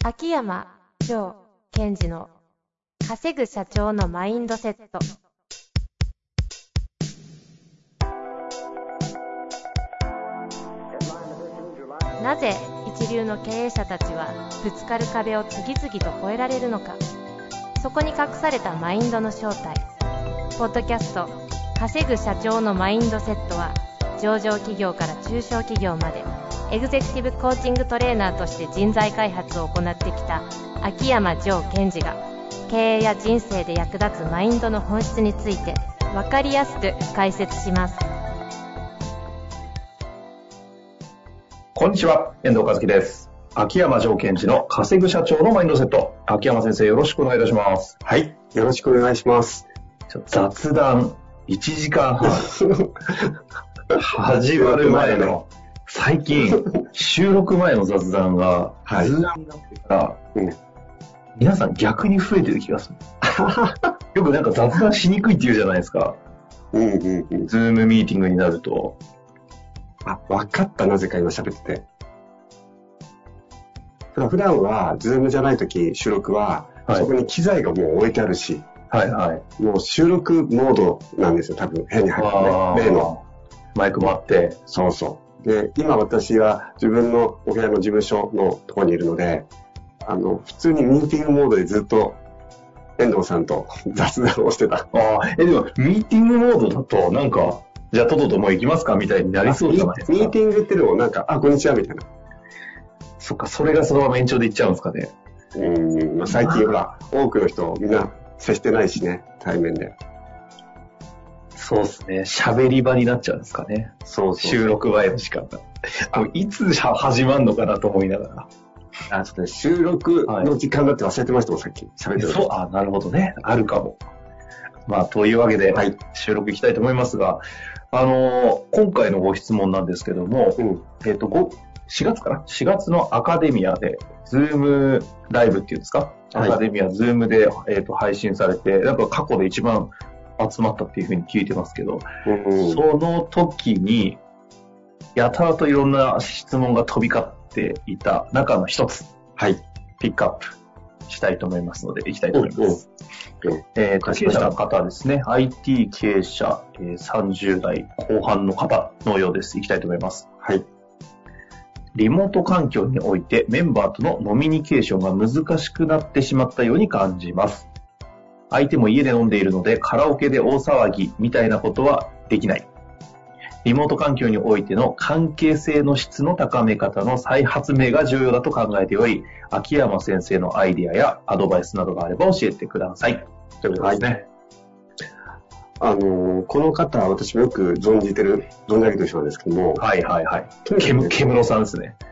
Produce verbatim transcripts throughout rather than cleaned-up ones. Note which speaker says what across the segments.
Speaker 1: 秋山城賢治の稼ぐ社長のマインドセット。なぜ一流の経営者たちはぶつかる壁を次々と越えられるのか。そこに隠されたマインドの正体。ポッドキャスト稼ぐ社長のマインドセットは、上場企業から中小企業までエグゼクティブコーチングトレーナーとして人材開発を行ってきた秋山城賢治が、経営や人生で役立つマインドの本質について分かりやすく解説します。
Speaker 2: こんにちは、遠藤和樹です。秋山城賢治の稼ぐ社長のマインドセット。秋山先生、よろしくお願いいたします。
Speaker 3: はい、よろしくお願いします。
Speaker 2: ちょ雑談いちじかんはん始まる前の最近収録前の雑談が雑談になってから、うん、皆さん逆に増えてる気がする。よくなんか雑談しにくいって言うじゃないですか。
Speaker 3: うんうんうん。
Speaker 2: ズームミーティングになると。
Speaker 3: あ、分かった。なぜか今喋ってて。普段はズームじゃないとき収録は、はい、そこに機材がもう置いてあるし、
Speaker 2: はいはい。
Speaker 3: もう収録モードなんですよ。多分変に入ってね。例の
Speaker 2: マイクもあって。
Speaker 3: そうそう。で、今私は自分のお部屋の事務所のところにいるので、あの、普通にミーティングモードでずっと遠藤さんと雑談をしてた。
Speaker 2: ああ、え、でもミーティングモードだとなんか、じゃあとっとともう行きますかみたいになりそうじゃないですか。
Speaker 3: ミーティングっていうのもなんか、あ、こんにちはみたいな。
Speaker 2: そっか、それがそのまま延長でいっちゃうんですかね。
Speaker 3: うーん、まあ、最近ほら、多くの人みんな接してないしね、対面で。
Speaker 2: そうですね。喋り場になっちゃうんですかね。
Speaker 3: そうそう。
Speaker 2: 収録前の時間が。あ、いつ始まるのかなと思いながら。
Speaker 3: あ、ちょっとね、収録の時間だって忘れてましたもん、さっき。喋ってる。
Speaker 2: そう、あ、なるほどね。あるかも。まあ、というわけで、はい、収録いきたいと思いますが、あのー、今回のご質問なんですけども、うん、えっと、しがつかな ?しがつのアカデミアで、ズームライブっていうんですか、はい、アカデミア、ズームで、えーと、配信されて、なんか過去で一番集まったっていうふうに聞いてますけど、うんうん、その時に、やたらといろんな質問が飛び交っていた中の一つ、はい、ピックアップしたいと思いますので、いきたいと思います。うんうん、えーと、経営者の方はですね、アイティー 経営者、えー、さんじゅう代後半の方のようです。いきたいと思います。はい。リモート環境においてメンバーとのノミニケーションが難しくなってしまったように感じます。相手も家で飲んでいるのでカラオケで大騒ぎみたいなことはできない。リモート環境においての関係性の質の高め方の再発明が重要だと考えており、秋山先生のアイディアやアドバイスなどがあれば教えてください。ということですね。
Speaker 3: はい、あのー、この方は私もよく存じてる、存じ上げてる人なんですけども。
Speaker 2: はいはいはい。けむ、けむろさんですね。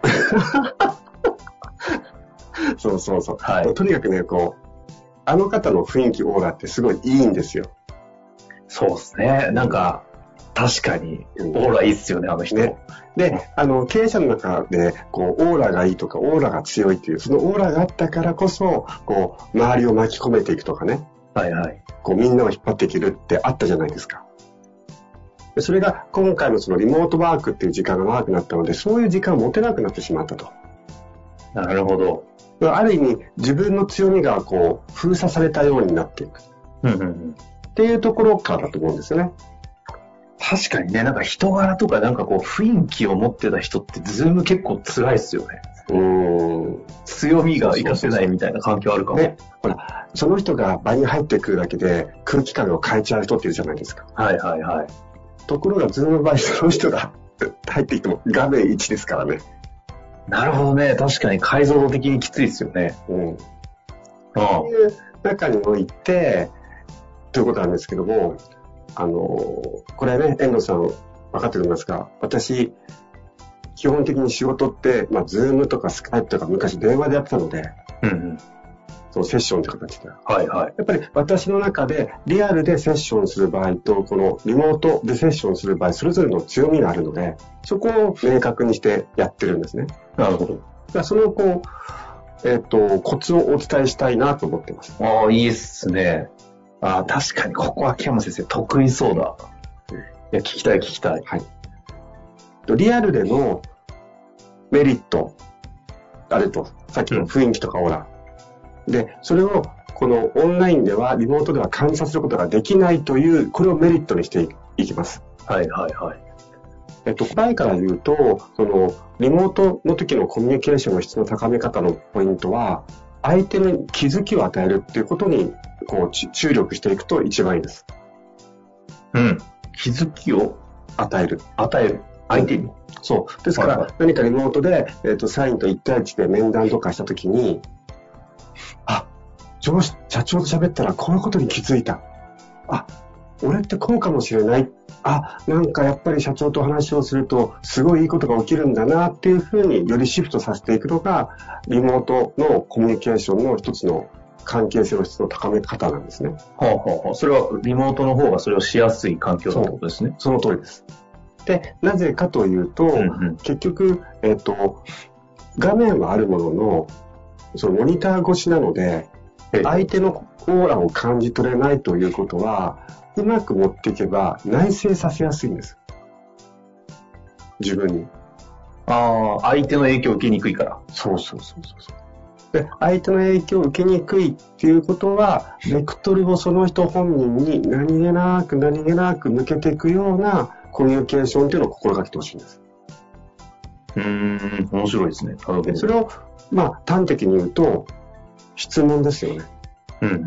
Speaker 3: そうそうそう。はい。とにかくね、こう、あの方の雰囲気オーラってすごいいいんですよ。
Speaker 2: そうですね。なんか、確かに、オーラいいっすよね、あの人。ね、
Speaker 3: で、あの、経営者の中で、こう、オーラがいいとか、オーラが強いっていう、そのオーラがあったからこそ、こう、周りを巻き込めていくとかね。はいはい。こう、みんなを引っ張っていけるってあったじゃないですか。でそれが、今回のそのリモートワークっていう時間が長くなったので、そういう時間を持てなくなってしまったと。
Speaker 2: なるほど。
Speaker 3: ある意味、自分の強みが、こう、封鎖されたようになっていく。うんうんうん。っていうところからだと思うんですよね。
Speaker 2: 確かにね、なんか人柄とかなんかこう雰囲気を持ってた人ってズーム結構辛いっすよね。うーん。強みが活かせないみたいな環境あるかも。ね。
Speaker 3: ほら、その人が場に入ってくるだけで空気感を変えちゃう人っているじゃないですか。
Speaker 2: はいはいはい。
Speaker 3: ところがズームの場合その人が入ってきても画面いちですからね。
Speaker 2: なるほどね。確かに解像度的にきついですよね。うん。
Speaker 3: そういう中において、ということなんですけども、あの、これね、遠藤さん分かってるんですが、私、基本的に仕事って、まあ、ズームとかスカイプとか昔電話でやってたので、うんうん、そのセッションって形で。はいはい。やっぱり私の中でリアルでセッションする場合と、このリモートでセッションする場合、それぞれの強みがあるので、そこを明確にしてやってるんですね。なるほど。だからその、こう、えっと、コツをお伝えしたいなと思ってます。
Speaker 2: ああ、いいっすね。ああ、確かに、ここは秋山先生得意そうだ。うん、いや、聞きたい聞きたい。はい。
Speaker 3: リアルでのメリット、 あると。さっきの雰囲気とかオーラ。で、それをこのオンラインでは、リモートでは感じさせることができないという、これをメリットにしていきます。
Speaker 2: はいはいはい。
Speaker 3: えっと、答えから言うと、その、リモートの時のコミュニケーションの質の高め方のポイントは、相手に気づきを与えるっていうことに、こう、注力していくと一番いいです。
Speaker 2: うん。気づきを
Speaker 3: 与える。
Speaker 2: 与える。相手に。
Speaker 3: そう。ですから、はいはい、何かリモートで、えっと、社員と一対一で面談とかした時に、あ、上司、社長と喋ったらこのことに気づいた。あ、俺ってこうかもしれない。あ、なんかやっぱり社長と話をするとすごいいいことが起きるんだなっていうふうによりシフトさせていくのがリモートのコミュニケーションの一つの関係性の質の高め方なんですね。
Speaker 2: はあはあはあ、それはリモートの方がそれをしやすい環境だってことですね。
Speaker 3: その通りです。で、なぜかというと、うんうん、結局、えっと、画面はあるものの、そのモニター越しなので、相手のオーラを感じ取れないということは、うまく持っていけば内省させやすいんです。自分に。
Speaker 2: ああ、相手の影響を受けにくいから。
Speaker 3: そうそうそうそう。で、相手の影響を受けにくいっていうことは、ベクトルをその人本人に何気なく何気なく向けていくようなコミュニケーションっていうのを心がけてほしいんです。
Speaker 2: うーん、面白いですね。
Speaker 3: それを、まあ、端的に言うと、質問ですよね。
Speaker 2: うんうん。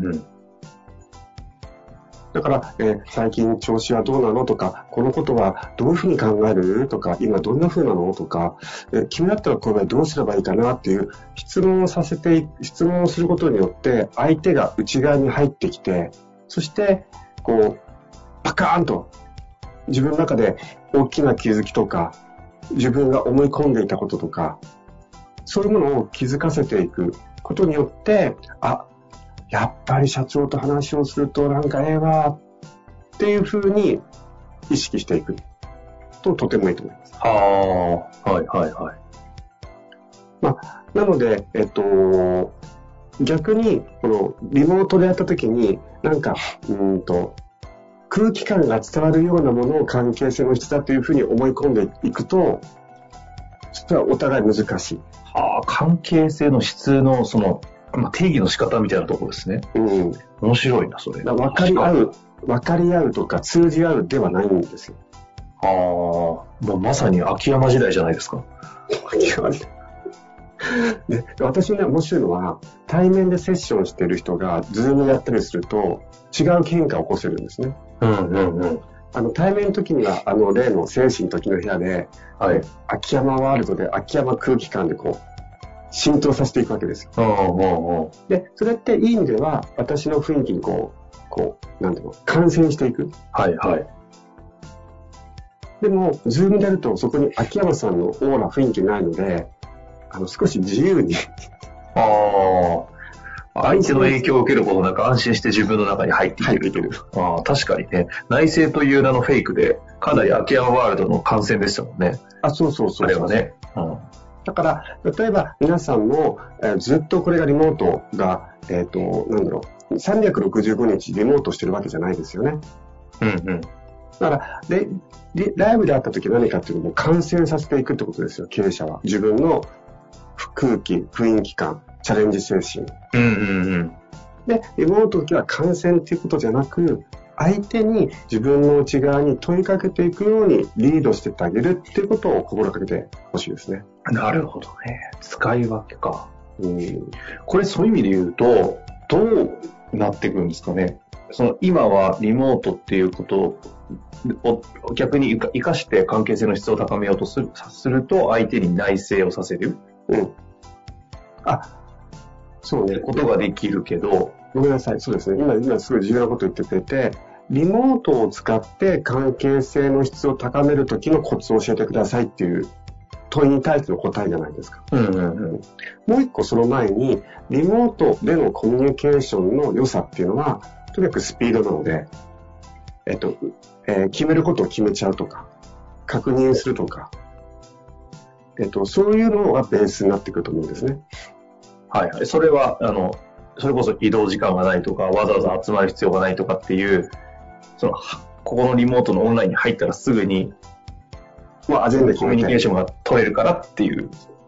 Speaker 3: だから、えー、最近調子はどうなのとか、このことはどういうふうに考えるとか、今どんなふうなのとか、えー、君だったらこれはどうすればいいかなっていう質問をさせて、質問をすることによって、相手が内側に入ってきて、そして、こう、パカーンと、自分の中で大きな気づきとか、自分が思い込んでいたこととか、そういうものを気づかせていくことによって、あ、やっぱり社長と話をするとなんかええわっていう風に意識していくととてもいいと思います。
Speaker 2: はあ、はいはいはい。
Speaker 3: まあ、なので、えっと、逆にこのリモートでやった時になんかうんと空気感が伝わるようなものを関係性の質だという風に思い込んでいくと、それはお互い難しい。
Speaker 2: はあ、関係性の質のそのまあ、定義の仕方みたいなところですね。
Speaker 3: うん。
Speaker 2: 面白いな、それ。
Speaker 3: 分かり合う、分かり合うとか通じ合うではないんですよ。
Speaker 2: ああ、もうまさに秋山時代じゃないですか。
Speaker 3: 秋山時代。で、私ね、面白いのは、対面でセッションしてる人が、ズームやったりすると、違う変化を起こせるんですね。
Speaker 2: うんうんうん。
Speaker 3: あの、対面の時には、あの、例の精神時の部屋で、
Speaker 2: はい。
Speaker 3: 秋山ワールドで、秋山空気感でこう、浸透させていくわけですよ。
Speaker 2: うんうんうん、
Speaker 3: で、それっていい意味では、私の雰囲気にこう、こう、なんていうの、感染していく。
Speaker 2: はいはい。
Speaker 3: でも、ズームでやると、そこに秋山さんのオーラ、雰囲気ないので、あの、少し自由に。
Speaker 2: ああ。相手の影響を受けることなく安心して自分の中に入っていける。入っていける。ああ、確かにね。内政という名のフェイクで、かなり秋山ワールドの感染でしたもんね。
Speaker 3: あ、そうそうそうそう。
Speaker 2: あれはね。うん。
Speaker 3: だから、例えば皆さんも、えー、ずっとこれがリモートが、えっと、なんだろう、さんびゃくろくじゅうごにちリモートしてるわけじゃないですよね。
Speaker 2: うんうん。
Speaker 3: だからで、ライブで会った時何かっていうのも感染させていくってことですよ、経営者は。自分の空気、雰囲気感、チャレンジ精神。
Speaker 2: うんうんうん。
Speaker 3: で、リモートの時は感染っていうことじゃなく、相手に自分の内側に問いかけていくようにリードしてってあげるっていうことを心がけてほしいですね。
Speaker 2: なるほどね。使い分けか。
Speaker 3: うん、
Speaker 2: これそういう意味で言うと、どうなっていくんですかね。その今はリモートっていうことを逆に生かして関係性の質を高めようとする、すると相手に内省をさせる。
Speaker 3: うん。あ、そうね。
Speaker 2: ことができるけど。
Speaker 3: ごめんなさい。そうですね。今、今すごい重要なこと言ってくれて、リモートを使って関係性の質を高めるときのコツを教えてくださいっていう問いに対しての答えじゃないですか。
Speaker 2: うんうんうん、
Speaker 3: もう一個その前に、リモートでのコミュニケーションの良さっていうのは、とにかくスピードなので、えっと、えー、決めることを決めちゃうとか、確認するとか、えっと、そういうのがベースになってくると思うんですね。
Speaker 2: はいはい。それは、あの、それこそ移動時間がないとか、わざわざ集まる必要がないとかっていう、その、ここのリモートのオンラインに入ったらすぐに、
Speaker 3: まあ、アジェンダ
Speaker 2: コミュニケーションが取れるからっていう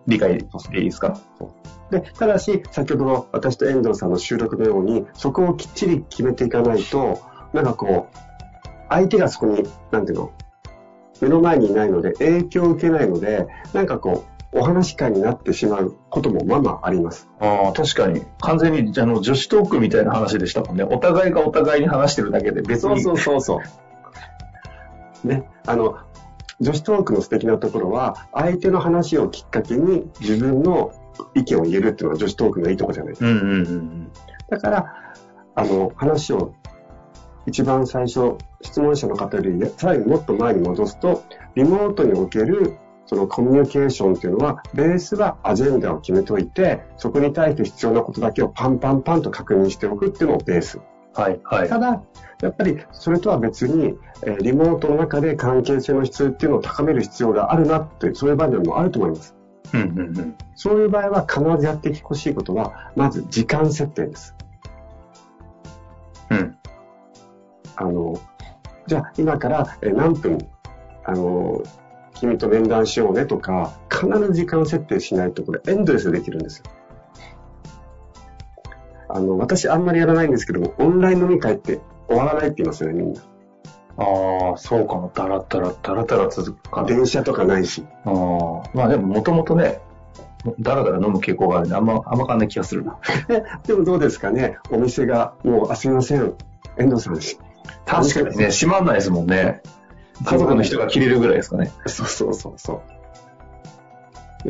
Speaker 2: 理解していいですか？
Speaker 3: で、ただし、先ほどの私と遠藤さんの収録のように、そこをきっちり決めていかないと、なんかこう、相手がそこに、なんていうの、目の前にいないので、影響を受けないので、なんかこう、お話し会になってしまうこともまあまああります。
Speaker 2: ああ、確かに。完全に、あの、女子トークみたいな話でしたもんね。お互いがお互いに話してるだけで、別に。
Speaker 3: そうそうそうそう。ね、あの、女子トークの素敵なところは、相手の話をきっかけに自分の意見を言えるっていうのが女子トークのいいところじゃないですか。
Speaker 2: うんうんうん。
Speaker 3: だから、あの、話を一番最初、質問者の方よりさらにもっと前に戻すと、リモートにおけるそのコミュニケーションっていうのは、ベースはアジェンダを決めておいて、そこに対して必要なことだけをパンパンパンと確認しておくっていうのをベース。
Speaker 2: はいはい。
Speaker 3: ただ、やっぱりそれとは別に、えー、リモートの中で関係性の質っていうのを高める必要があるなって、そういう場合もあると思います。
Speaker 2: うんうんうん、
Speaker 3: そういう場合は必ずやってほしいことは、まず時間設定です。
Speaker 2: うん。
Speaker 3: あの、じゃあ今から何分、あの、君と面談しようねとか、必ず時間設定しないとこれエンドレスでできるんですよ。あの、私あんまりやらないんですけども、オンライン飲み会って終わらないって言いますよね、みんな。
Speaker 2: ああ、そうかも。だらだら、だらだら続くかな。
Speaker 3: 電車とかないし。
Speaker 2: ああ、まあでももともとね、だらだら飲む傾向があるんで、あんま、あんま変わんない気がするな。
Speaker 3: でもどうですかね、お店が、もう、あ、すみません、遠藤さんし。
Speaker 2: 確かにね、閉まんないですもんね。家族の人が切れるぐらいですかね。
Speaker 3: そうそうそうそう。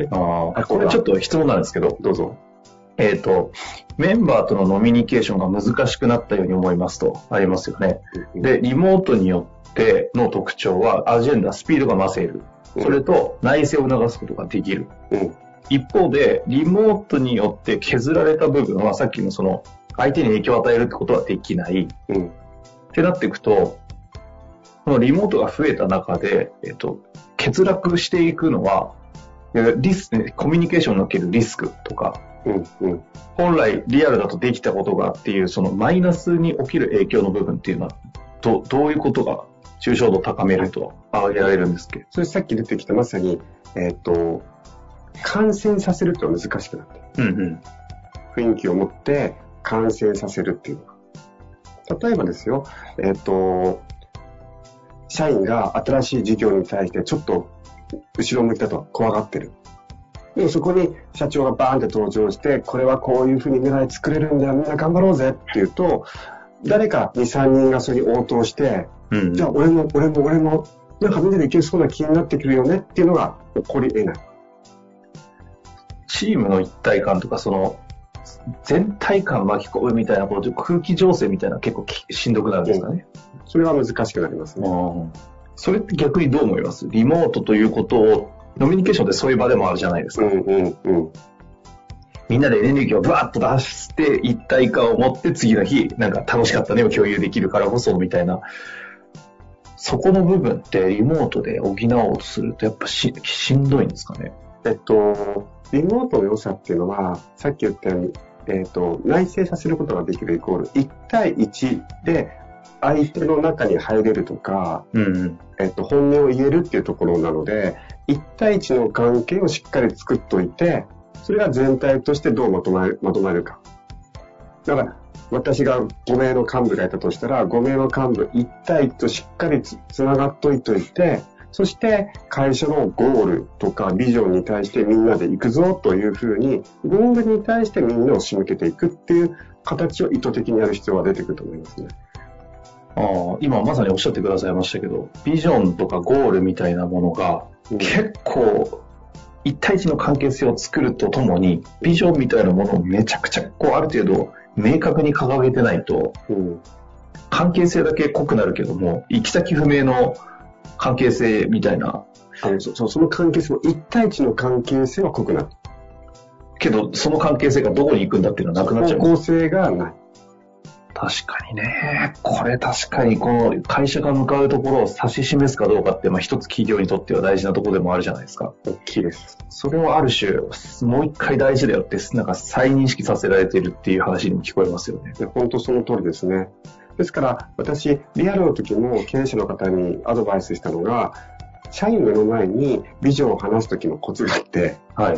Speaker 2: ね、ああ、これちょっと質問なんですけど。
Speaker 3: どうぞ。
Speaker 2: えっと、メンバーとのノミニケーションが難しくなったように思いますとありますよね。で、リモートによっての特徴は、アジェンダ、スピードが増せる。それと、内政を促すことができる。うん、一方で、リモートによって削られた部分は、さっきのその、相手に影響を与えるってことはできない。うん、ってなっていくと、このリモートが増えた中で、えっと、欠落していくのは、リスコミュニケーションにおけるリスクとか、うんうん、本来リアルだとできたことがっていうそのマイナスに起きる影響の部分っていうのは ど, どういうことが抽象度を高めると挙げられるんですっけ？
Speaker 3: それさっき出てきたまさに、えー、と感染させるって難しくなって、うんうん、雰囲気を持って感染させるっていうのは、例えばですよ、えー、と社員が新しい事業に対してちょっと後ろ向きだと怖がってる。でもそこに社長がバーンって登場して、これはこういうふうに未来作れるんだよ、みんな頑張ろうぜって言うと、誰かに、さんにんがそれに応答して、うん、じゃあ俺も俺も俺もなんかみんなでいけそうな気になってくるよねっていうのが起こり得ない。
Speaker 2: チームの一体感とかその全体感巻き込むみたいなこと、空気情勢みたいな結構しんどくなるんですかね。
Speaker 3: うん、それは難しくなりますね。
Speaker 2: それって逆にどう思います？リモートということをノミニケーションってそういう場でもあるじゃないですか。うんうんうん、みんなでエネルギーをブワッと出して一体感を持って次の日なんか楽しかったねを共有できるからこそみたいな、そこの部分ってリモートで補おうとするとやっぱ し, しんどいんですかね。
Speaker 3: えっとリモートの良さっていうのはさっき言ったように、えっと内省させることができるイコールいち対いちで相手の中に入れるとか、うんうんえっと、本音を言えるっていうところなので、いち対いちの関係をしっかり作っておいて、それが全体としてどうまとまる、まとまるか。だから、私がごめいの幹部がいたとしたら、ごめいの幹部いち対いちとしっかり つ, つながっといておいて、そして会社のゴールとかビジョンに対してみんなで行くぞというふうに、ゴールに対してみんなを仕向けていくっていう形を意図的にやる必要が出てくると思いますね。
Speaker 2: あ今まさにおっしゃってくださいましたけど、ビジョンとかゴールみたいなものが結構一対一の関係性を作るとともに、ビジョンみたいなものをめちゃくちゃこうある程度明確に掲げてないと、うん、関係性だけ濃くなるけども行き先不明の関係性みたいな、
Speaker 3: あの そ, その関係性も一対一の関係性は濃くなる
Speaker 2: けど、その関係性がどこに行くんだっていうのはなくなっちゃう。
Speaker 3: 方向性がない。
Speaker 2: 確かにね。これ確かにこの会社が向かうところを指し示すかどうかって、まあ一つ企業にとっては大事なところでもあるじゃないですか。
Speaker 3: 大きいです。
Speaker 2: それをある種、もう一回大事だよって、なんか再認識させられているっていう話にも聞こえますよね。
Speaker 3: 本当その通りですね。ですから、私、リアルの時も経営者の方にアドバイスしたのが、社員の目の前にビジョンを話す時のコツがあって、はい。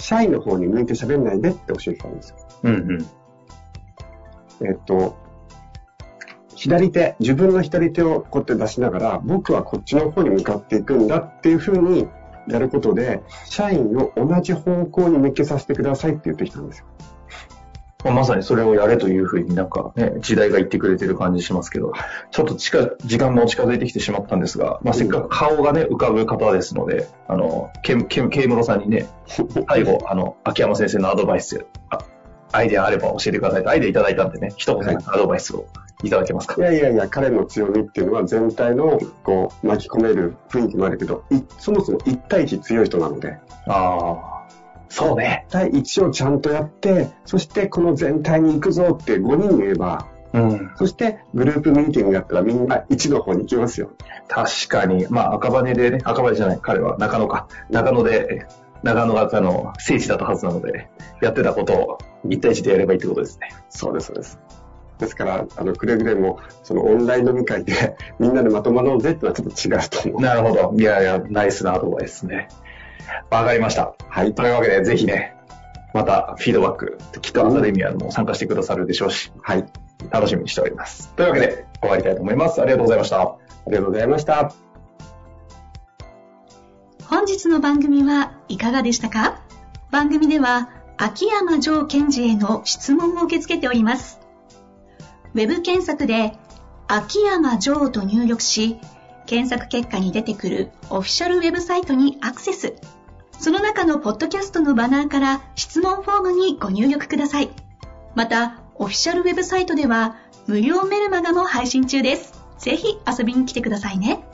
Speaker 3: 社員の方に向いて喋んないでって教えてたんですよ。
Speaker 2: うんうん。
Speaker 3: えっと、左手、自分の左手をこうやって出しながら、僕はこっちの方に向かっていくんだっていう風にやることで、社員を同じ方向に向けさせてくださいって言ってきたんですよ。
Speaker 2: まあ、まさにそれをやれというふうになんかね、時代が言ってくれてる感じしますけど、ちょっと近、時間も近づいてきてしまったんですが、まあ、せっかく顔がね、浮かぶ方ですので、あの、ケム、ケム、ケイムロさんにね、最後、あの、秋山先生のアドバイス、あアイデアあれば教えてくださいと、アイデアいただいたんでね、一言アドバイスをいただけますか。
Speaker 3: いやいやいや、彼の強みっていうのは全体のこう巻き込める雰囲気もあるけど、そもそもいち対いち強い人なので。
Speaker 2: ああ。そうね。
Speaker 3: いち対いちをちゃんとやって、そしてこの全体に行くぞってごにん言えば、うん、そしてグループミーティングやったらみんないちの方に行きますよ。
Speaker 2: 確かに。まあ赤羽でね、赤羽じゃない、彼は中野か。中野で、長野があの聖地だったはずなので、やってたことをいち対いちでやればいいってことですね。
Speaker 3: そうです、そうです。ですから、あの、くれぐれも、そのオンライン飲み会でみんなでまとまろうぜってのはちょっと違うと思う。
Speaker 2: なるほど。いやいや、ナイスなアドバイスですね。わかりました。はい。というわけで、ぜひね、またフィードバック、きっとアカデミアも参加してくださるでしょうし、はい。楽しみにしております。というわけで、終わりたいと思います。ありがとうございました。あ
Speaker 3: りがとうございました。
Speaker 4: 本日の番組はいかがでしたか？番組では、秋山城賢治への質問を受け付けております。ウェブ検索で、秋山城と入力し、検索結果に出てくるオフィシャルウェブサイトにアクセス。その中のポッドキャストのバナーから質問フォームにご入力ください。また、オフィシャルウェブサイトでは無料メルマガも配信中です。ぜひ遊びに来てくださいね。